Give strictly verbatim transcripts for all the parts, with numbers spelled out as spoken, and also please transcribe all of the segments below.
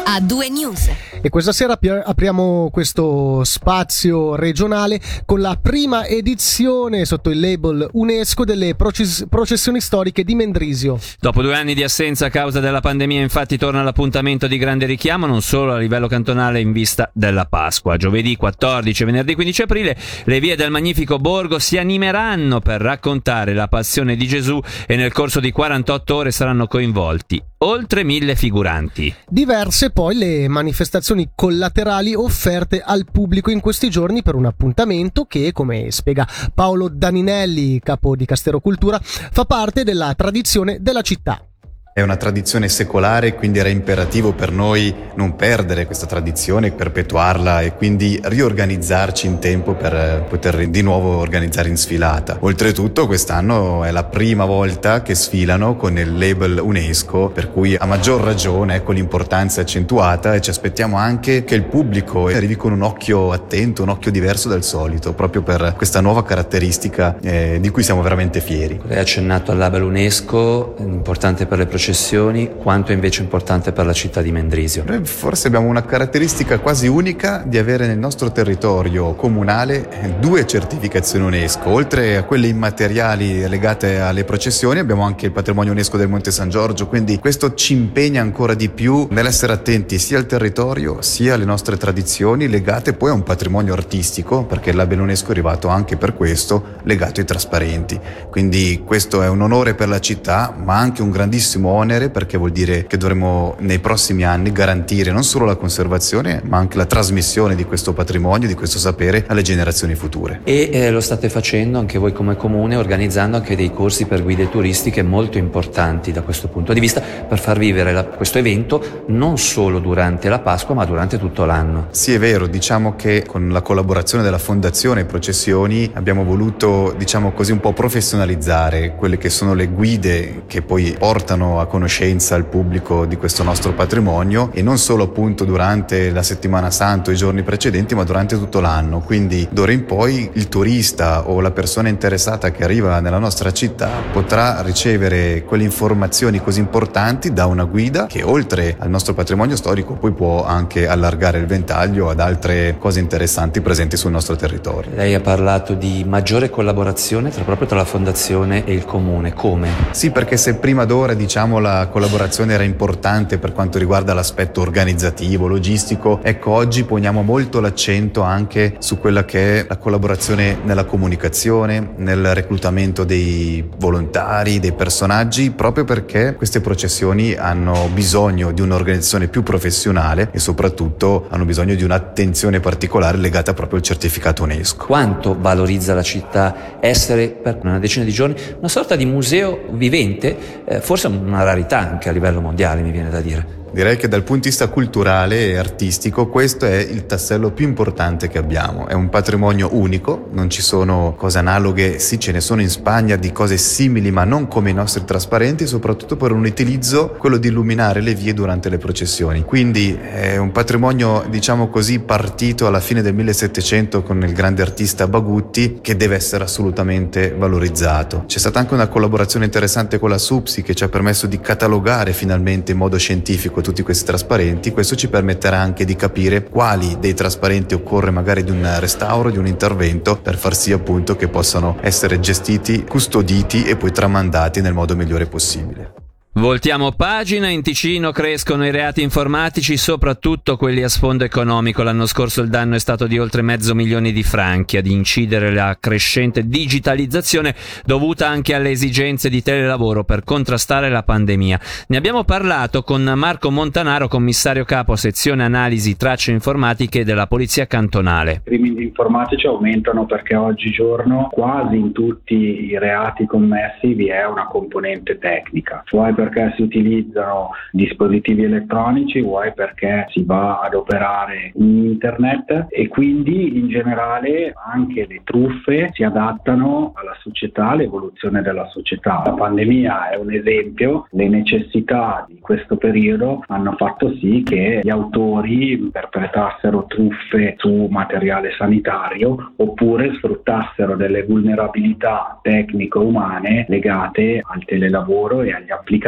A due News. E questa sera apriamo questo spazio regionale con la prima edizione sotto il label UNESCO delle proces- processioni storiche di Mendrisio. Dopo due anni di assenza a causa della pandemia, infatti, torna l'appuntamento di grande richiamo non solo a livello cantonale in vista della Pasqua. Giovedì quattordici e venerdì quindici aprile le vie del magnifico borgo si animeranno per raccontare la passione di Gesù e nel corso di quarantotto ore saranno coinvolti oltre mille figuranti. Diverse poi le manifestazioni collaterali offerte al pubblico in questi giorni per un appuntamento che, come spiega Paolo Daninelli, capo di Castero Cultura, fa parte della tradizione della città. È una tradizione secolare, quindi era imperativo per noi non perdere questa tradizione, perpetuarla e quindi riorganizzarci in tempo per poter di nuovo organizzare in sfilata. Oltretutto quest'anno è la prima volta che sfilano con il label UNESCO, per cui a maggior ragione ecco l'importanza accentuata e ci aspettiamo anche che il pubblico arrivi con un occhio attento, un occhio diverso dal solito, proprio per questa nuova caratteristica eh, di cui siamo veramente fieri. Lei ha accennato al label UNESCO, importante per le processioni, quanto è invece importante per la città di Mendrisio. Noi forse abbiamo una caratteristica quasi unica di avere nel nostro territorio comunale due certificazioni UNESCO. Oltre a quelle immateriali legate alle processioni abbiamo anche il patrimonio UNESCO del Monte San Giorgio, quindi questo ci impegna ancora di più nell'essere attenti sia al territorio sia alle nostre tradizioni legate poi a un patrimonio artistico, perché il label UNESCO è arrivato anche per questo, legato ai trasparenti. Quindi questo è un onore per la città, ma anche un grandissimo onere, perché vuol dire che dovremo nei prossimi anni garantire non solo la conservazione ma anche la trasmissione di questo patrimonio, di questo sapere alle generazioni future. E eh, lo state facendo anche voi come comune, organizzando anche dei corsi per guide turistiche molto importanti da questo punto di vista, per far vivere la, questo evento non solo durante la Pasqua ma durante tutto l'anno. Sì, è vero, diciamo che con la collaborazione della Fondazione Processioni abbiamo voluto, diciamo così, un po' professionalizzare quelle che sono le guide che poi portano a conoscenza al pubblico di questo nostro patrimonio, e non solo appunto durante la settimana santa o i giorni precedenti, ma durante tutto l'anno. Quindi d'ora in poi il turista o la persona interessata che arriva nella nostra città potrà ricevere quelle informazioni così importanti da una guida che, oltre al nostro patrimonio storico, poi può anche allargare il ventaglio ad altre cose interessanti presenti sul nostro territorio. Lei ha parlato di maggiore collaborazione tra, proprio tra la Fondazione e il Comune. Come? Sì, perché se prima d'ora diciamo la collaborazione era importante per quanto riguarda l'aspetto organizzativo, logistico, ecco oggi poniamo molto l'accento anche su quella che è la collaborazione nella comunicazione, nel reclutamento dei volontari, dei personaggi, proprio perché queste processioni hanno bisogno di un'organizzazione più professionale e soprattutto hanno bisogno di un'attenzione particolare legata proprio al certificato UNESCO. Quanto valorizza la città essere per una decina di giorni una sorta di museo vivente, eh, forse una rarità anche a livello mondiale, mi viene da dire. Direi che dal punto di vista culturale e artistico questo è il tassello più importante che abbiamo. È un patrimonio unico, non ci sono cose analoghe, sì ce ne sono in Spagna di cose simili ma non come i nostri trasparenti, soprattutto per un utilizzo, quello di illuminare le vie durante le processioni. Quindi è un patrimonio, diciamo così, partito alla fine del millesettecento con il grande artista Bagutti, che deve essere assolutamente valorizzato. C'è stata anche una collaborazione interessante con la SUPSI che ci ha permesso di catalogare finalmente in modo scientifico tutti questi trasparenti. Questo ci permetterà anche di capire quali dei trasparenti occorre magari di un restauro, di un intervento, per far sì appunto che possano essere gestiti, custoditi e poi tramandati nel modo migliore possibile. Voltiamo pagina. In Ticino crescono i reati informatici, soprattutto quelli a sfondo economico. L'anno scorso il danno è stato di oltre mezzo milione di franchi. Ad incidere la crescente digitalizzazione dovuta anche alle esigenze di telelavoro per contrastare la pandemia. Ne abbiamo parlato con Marco Montanaro, commissario capo sezione analisi tracce informatiche della Polizia Cantonale. I crimini informatici aumentano perché oggigiorno quasi in tutti i reati commessi vi è una componente tecnica, vuoi perché si utilizzano dispositivi elettronici, vuoi perché si va ad operare in internet, e quindi in generale anche le truffe si adattano alla società, all'evoluzione della società. La pandemia è un esempio, le necessità di questo periodo hanno fatto sì che gli autori perpetrassero truffe su materiale sanitario oppure sfruttassero delle vulnerabilità tecnico-umane legate al telelavoro e agli applicativi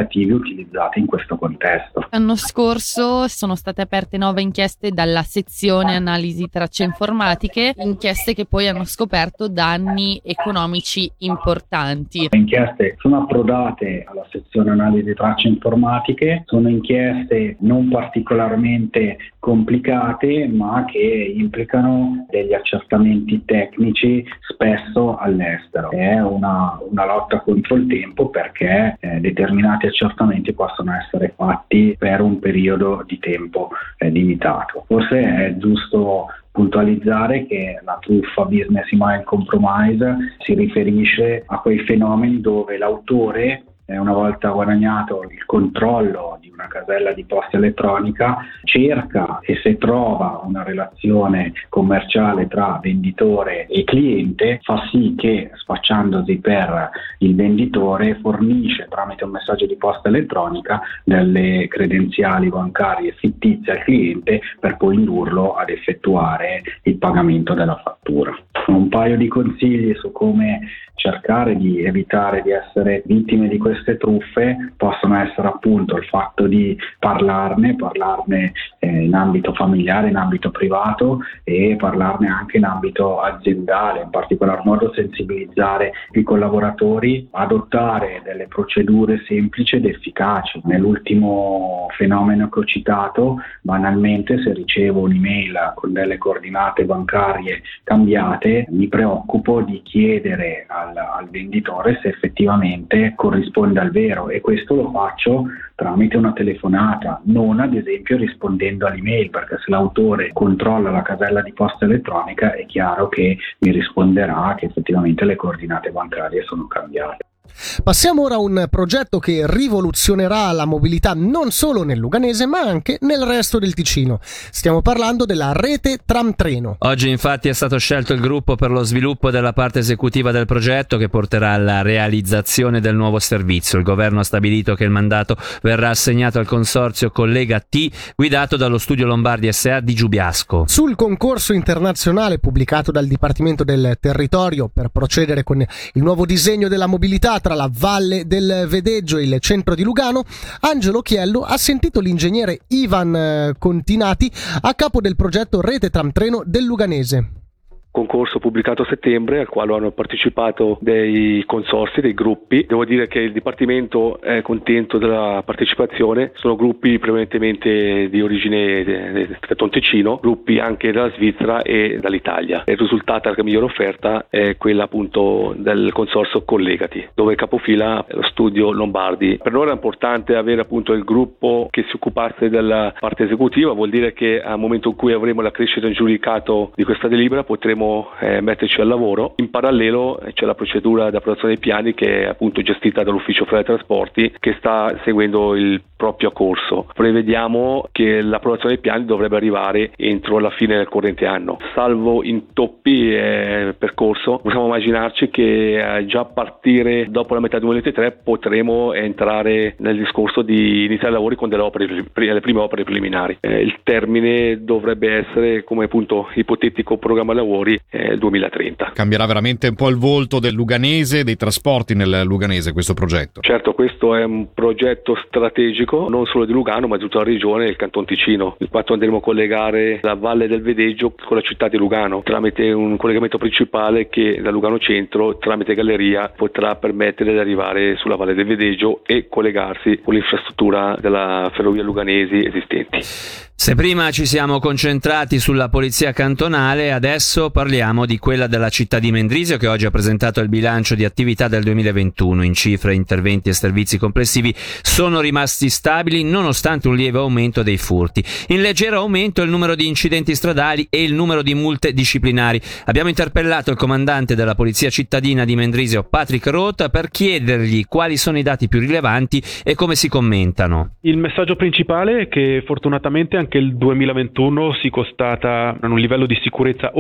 applicativi utilizzati in questo contesto. L'anno scorso sono state aperte nove inchieste dalla sezione analisi tracce informatiche, inchieste che poi hanno scoperto danni economici importanti. Le inchieste sono approdate alla sezione analisi tracce informatiche, sono inchieste non particolarmente complicate ma che implicano degli accertamenti tecnici spesso all'estero. È una, una lotta contro il tempo perché eh, determinati accertamenti possono essere fatti per un periodo di tempo eh, limitato. Forse è giusto puntualizzare che la truffa Business Email Compromise si riferisce a quei fenomeni dove l'autore, una volta guadagnato il controllo di una casella di posta elettronica, cerca e se trova una relazione commerciale tra venditore e cliente, fa sì che, spacciandosi per il venditore, fornisce tramite un messaggio di posta elettronica delle credenziali bancarie fittizie al cliente per poi indurlo ad effettuare il pagamento della fattura. Un paio di consigli su come cercare di evitare di essere vittime di queste truffe possono essere appunto il fatto di parlarne, parlarne eh, in ambito familiare, in ambito privato e parlarne anche in ambito aziendale, in particolar modo sensibilizzare i collaboratori, adottare delle procedure semplici ed efficaci. Nell'ultimo fenomeno che ho citato, banalmente se ricevo un'email con delle coordinate bancarie cambiate, mi preoccupo di chiedere al al venditore se effettivamente corrisponde al vero e questo lo faccio tramite una telefonata, non ad esempio rispondendo all'email, perché se l'autore controlla la casella di posta elettronica è chiaro che mi risponderà che effettivamente le coordinate bancarie sono cambiate. Passiamo ora a un progetto che rivoluzionerà la mobilità non solo nel Luganese ma anche nel resto del Ticino. Stiamo parlando della rete tram-treno. Oggi infatti è stato scelto il gruppo per lo sviluppo della parte esecutiva del progetto che porterà alla realizzazione del nuovo servizio. Il governo ha stabilito che il mandato verrà assegnato al consorzio Collega T guidato dallo Studio Lombardi S A di Giubiasco. Sul concorso internazionale pubblicato dal Dipartimento del Territorio per procedere con il nuovo disegno della mobilità tra la Valle del Vedeggio e il centro di Lugano, Angelo Chiello ha sentito l'ingegnere Ivan Continati a capo del progetto Rete Tram-Treno del Luganese. Concorso pubblicato a settembre al quale hanno partecipato dei consorzi, dei gruppi. Devo dire che il Dipartimento è contento della partecipazione, sono gruppi prevalentemente di origine del Canton Ticino, gruppi anche dalla Svizzera e dall'Italia. Il risultato, la migliore offerta è quella appunto del consorzio Collegati, dove capofila è lo Studio Lombardi. Per noi era importante avere appunto il gruppo che si occupasse della parte esecutiva, vuol dire che al momento in cui avremo la crescita in giudicato di questa delibera potremo Eh, metterci al lavoro. In parallelo eh, c'è la procedura di approvazione dei piani che è appunto gestita dall'Ufficio Federale dei Trasporti che sta seguendo il proprio corso. Prevediamo che l'approvazione dei piani dovrebbe arrivare entro la fine del corrente anno. Salvo intoppi e percorso, possiamo immaginarci che eh, già a partire dopo la metà del duemilaventitré potremo entrare nel discorso di iniziare i lavori con delle opere, le prime opere preliminari. Eh, il termine dovrebbe essere, come appunto ipotetico programma lavori, il duemilatrenta. Cambierà veramente un po' il volto del Luganese, dei trasporti nel Luganese questo progetto. Certo, questo è un progetto strategico non solo di Lugano ma di tutta la regione e il Canton Ticino, il quale andremo a collegare la Valle del Vedeggio con la città di Lugano tramite un collegamento principale che da Lugano Centro tramite galleria potrà permettere di arrivare sulla Valle del Vedeggio e collegarsi con l'infrastruttura della ferrovia luganesi esistenti. Se prima ci siamo concentrati sulla polizia cantonale, adesso parliamo di quella della città di Mendrisio che oggi ha presentato il bilancio di attività del duemilaventuno. In cifre, interventi e servizi complessivi sono rimasti stabili nonostante un lieve aumento dei furti. In leggero aumento il numero di incidenti stradali e il numero di multe disciplinari. Abbiamo interpellato il comandante della polizia cittadina di Mendrisio, Patrick Roth, per chiedergli quali sono i dati più rilevanti e come si commentano. Il messaggio principale è che fortunatamente anche il duemilaventuno si constata un livello di sicurezza oggettiva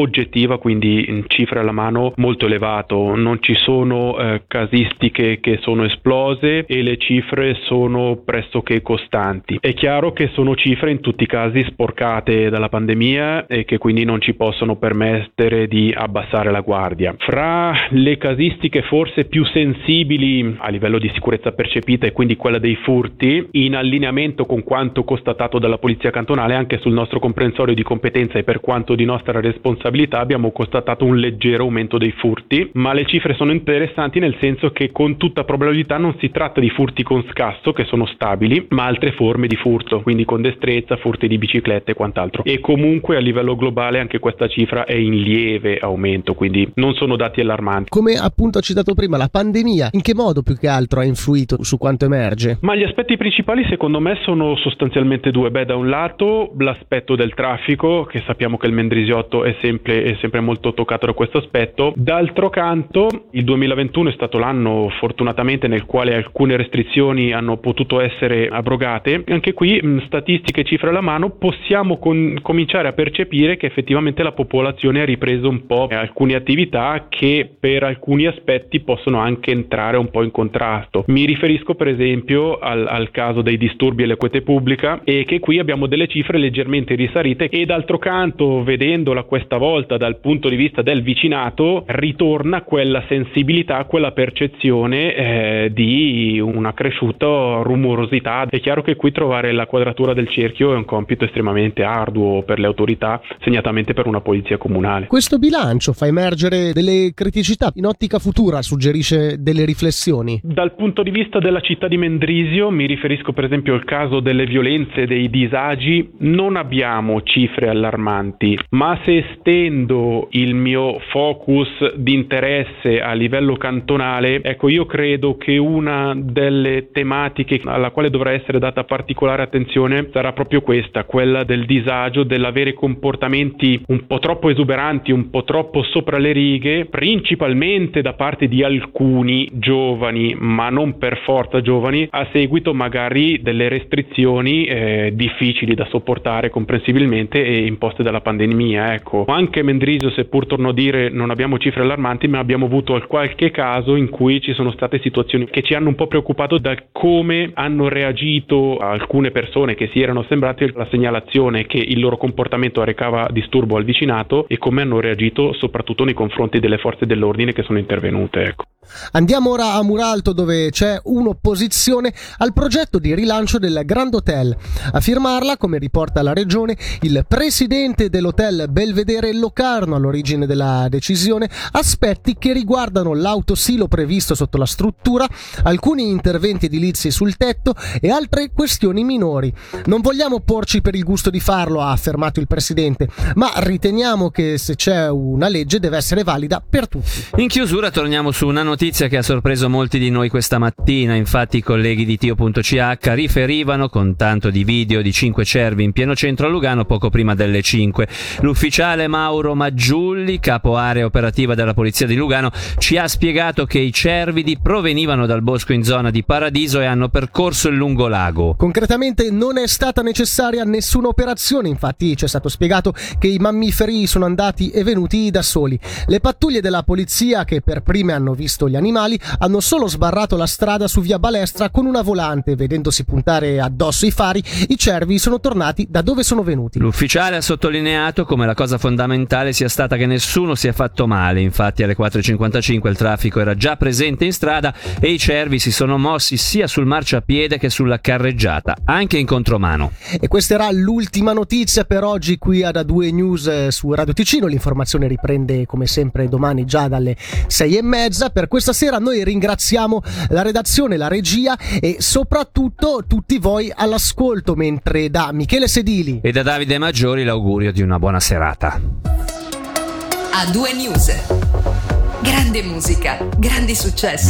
operativa, quindi cifre alla mano molto elevato, non ci sono eh, casistiche che sono esplose e le cifre sono pressoché costanti. È chiaro che sono cifre in tutti i casi sporcate dalla pandemia e che quindi non ci possono permettere di abbassare la guardia. Fra le casistiche forse più sensibili a livello di sicurezza percepita e quindi quella dei furti, in allineamento con quanto constatato dalla Polizia Cantonale, anche sul nostro comprensorio di competenza e per quanto di nostra responsabilità abbiamo constatato un leggero aumento dei furti, ma le cifre sono interessanti nel senso che con tutta probabilità non si tratta di furti con scasso, che sono stabili, ma altre forme di furto, quindi con destrezza, furti di biciclette e quant'altro. E comunque a livello globale anche questa cifra è in lieve aumento, quindi non sono dati allarmanti. Come appunto ho citato prima, la pandemia in che modo più che altro ha influito su quanto emerge? Ma gli aspetti principali secondo me sono sostanzialmente due. Beh, da un lato l'aspetto del traffico, che sappiamo che il Mendrisiotto è sempre, è sempre molto toccato da questo aspetto. D'altro canto il duemilaventuno è stato l'anno fortunatamente nel quale alcune restrizioni hanno potuto essere abrogate. Anche qui mh, statistiche e cifre alla mano possiamo con, cominciare a percepire che effettivamente la popolazione ha ripreso un po' alcune attività che per alcuni aspetti possono anche entrare un po' in contrasto. Mi riferisco per esempio al, al caso dei disturbi alla quiete pubblica, e che qui abbiamo delle cifre leggermente risalite, e d'altro canto, vedendola questa volta dal punto di vista del vicinato, ritorna quella sensibilità, quella percezione eh, di una cresciuta rumorosità. È chiaro che qui trovare la quadratura del cerchio è un compito estremamente arduo per le autorità, segnatamente per una polizia comunale. Questo bilancio fa emergere delle criticità in ottica futura, suggerisce delle riflessioni? Dal punto di vista della città di Mendrisio, mi riferisco per esempio al caso delle violenze, dei disagi, non abbiamo cifre allarmanti, ma se estendo il mio focus di interesse a livello cantonale, ecco, io credo che una delle tematiche alla quale dovrà essere data particolare attenzione sarà proprio questa, quella del disagio, dell'avere comportamenti un po' troppo esuberanti, un po' troppo sopra le righe, principalmente da parte di alcuni giovani, ma non per forza giovani, a seguito magari delle restrizioni eh, difficili da sopportare comprensibilmente e imposte dalla pandemia. Ecco, anche Mendrisio, seppur torno a dire non abbiamo cifre allarmanti, ma abbiamo avuto qualche caso in cui ci sono state situazioni che ci hanno un po' preoccupato da come hanno reagito alcune persone che si erano sembrate la segnalazione che il loro comportamento arrecava disturbo al vicinato, e come hanno reagito soprattutto nei confronti delle forze dell'ordine che sono intervenute. Ecco. Andiamo ora a Muralto, dove c'è un'opposizione al progetto di rilancio del Grand Hotel. A firmarla, come riporta la regione, il presidente dell'hotel Belvedere Locarno, all'origine della decisione, aspetti che riguardano l'autosilo previsto sotto la struttura, alcuni interventi edilizi sul tetto e altre questioni minori. Non vogliamo porci per il gusto di farlo, ha affermato il presidente, ma riteniamo che se c'è una legge deve essere valida per tutti. In chiusura torniamo su una notizia che ha sorpreso molti di noi questa mattina. Infatti i colleghi di Tio punto C H riferivano con tanto di video di cinque cervi in pieno centro a Lugano poco prima delle cinque. L'ufficiale Mauro Maggiulli, capo area operativa della Polizia di Lugano, ci ha spiegato che i cervidi provenivano dal bosco in zona di Paradiso e hanno percorso il lungolago. Concretamente non è stata necessaria nessuna operazione, infatti ci è stato spiegato che i mammiferi sono andati e venuti da soli. Le pattuglie della polizia, che per prime hanno visto gli animali, hanno solo sbarrato la strada su via Balestra con una volante. Vedendosi puntare addosso i fari, i cervi sono tornati da dove sono venuti. L'ufficiale ha sottolineato come la cosa fondamentale sia stata che nessuno si è fatto male. Infatti alle quattro e cinquantacinque il traffico era già presente in strada e i cervi si sono mossi sia sul marciapiede che sulla carreggiata, anche in contromano. E questa era l'ultima notizia per oggi qui ad A due News su Radio Ticino. L'informazione riprende come sempre domani già dalle sei e mezza. Per questa sera noi ringraziamo la redazione, la regia e soprattutto tutti voi all'ascolto, mentre da Michele Sedili e da Davide Maggiori l'augurio di una buona serata. A due News. Grande musica, grandi successi.